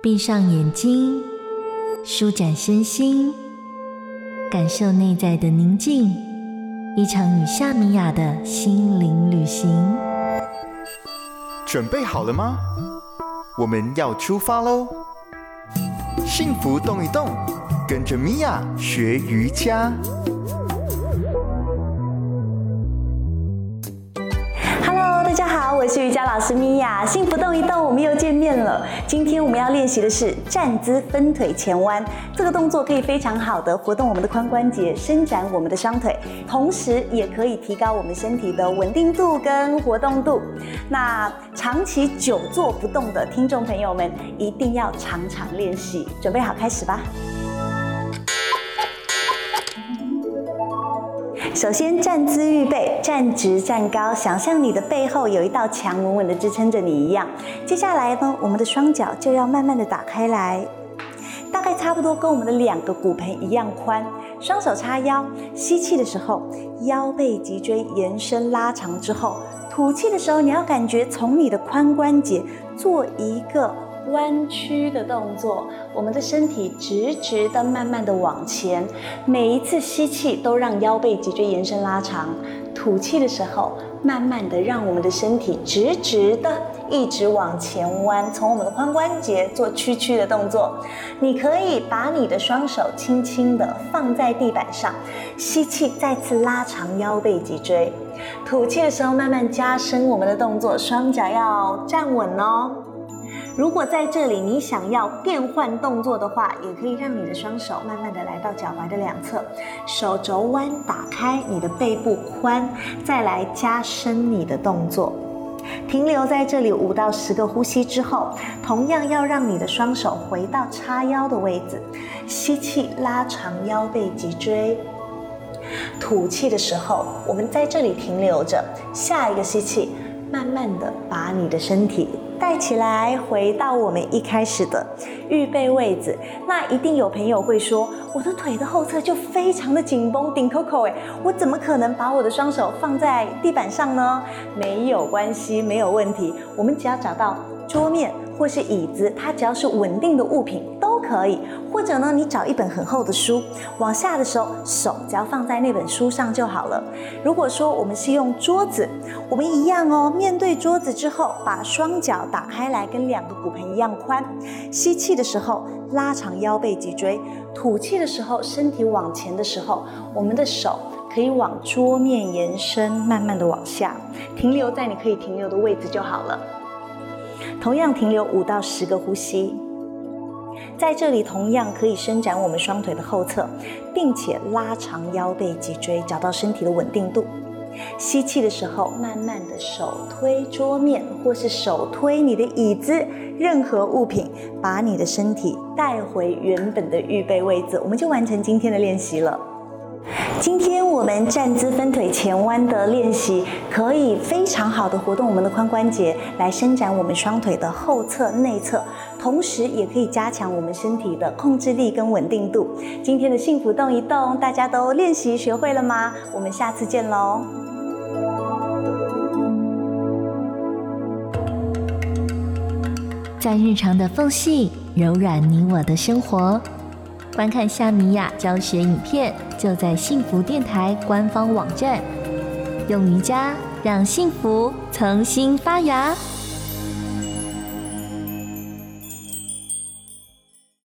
闭上眼睛，舒展身心，感受内在的宁静，一场与夏米雅的心灵旅行。 准备好了吗？我们要出发喽！幸福动一动，跟着米娅学瑜伽。 大家好，我是瑜伽老师米娅，幸福动一动，我们又见面了。今天我们要练习的是站姿分腿前弯，这个动作可以非常好的活动我们的髋关节，伸展我们的双腿，同时也可以提高我们身体的稳定度跟活动度。那长期久坐不动的听众朋友们，一定要常常练习。准备好，开始吧。首先站姿预备，站直站高，想象你的背后有一道墙稳稳的支撑着你一样。接下来呢，我们的双脚就要慢慢的打开来，大概差不多跟我们的2个骨盆一样宽。双手叉腰，吸气的时候腰背脊椎延伸拉长之后，吐气的时候你要感觉从你的髋关节做一个弯曲的动作，我们的身体直直的慢慢的往前，每一次吸气都让腰背脊椎延伸拉长，吐气的时候慢慢的让我们的身体直直的一直往前弯，从我们的髋关节做屈曲的动作。你可以把你的双手轻轻的放在地板上，吸气再次拉长腰背脊椎，吐气的时候慢慢加深我们的动作，双脚要站稳哦。如果在这里你想要变换动作的话，也可以让你的双手慢慢的来到脚踝的两侧，手肘弯打开，你的背部宽，再来加深你的动作。停留在这里5到10个呼吸之后，同样要让你的双手回到叉腰的位置，吸气拉长腰背脊椎，吐气的时候我们在这里停留着，下一个吸气慢慢的把你的身体带起来，回到我们一开始的预备位置。那一定有朋友会说，我的腿的后侧就非常的紧绷，顶 Coco 我怎么可能把我的双手放在地板上呢？没有关系，没有问题，我们只要找到桌面或是椅子，它只要是稳定的物品都可以。或者呢，你找一本很厚的书，往下的时候手只要放在那本书上就好了。如果说我们是用桌子，我们一样哦，面对桌子之后，把双脚打开来，跟2个骨盆一样宽。吸气的时候拉长腰背脊椎，吐气的时候身体往前的时候，我们的手可以往桌面延伸，慢慢的往下，停留在你可以停留的位置就好了。同样停留5到10个呼吸。在这里同样可以伸展我们双腿的后侧，并且拉长腰背脊椎，找到身体的稳定度。吸气的时候慢慢的手推桌面，或是手推你的椅子，任何物品，把你的身体带回原本的预备位置，我们就完成今天的练习了。今天我们站姿分腿前弯的练习，可以非常好的活动我们的髋关节，来伸展我们双腿的后侧、内侧，同时也可以加强我们身体的控制力跟稳定度。今天的幸福动一动，大家都练习学会了吗？我们下次见喽！ 在日常的缝隙柔软你我的生活。观看夏米雅教学影片，就在幸福电台官方网站。用瑜伽让幸福重新发芽。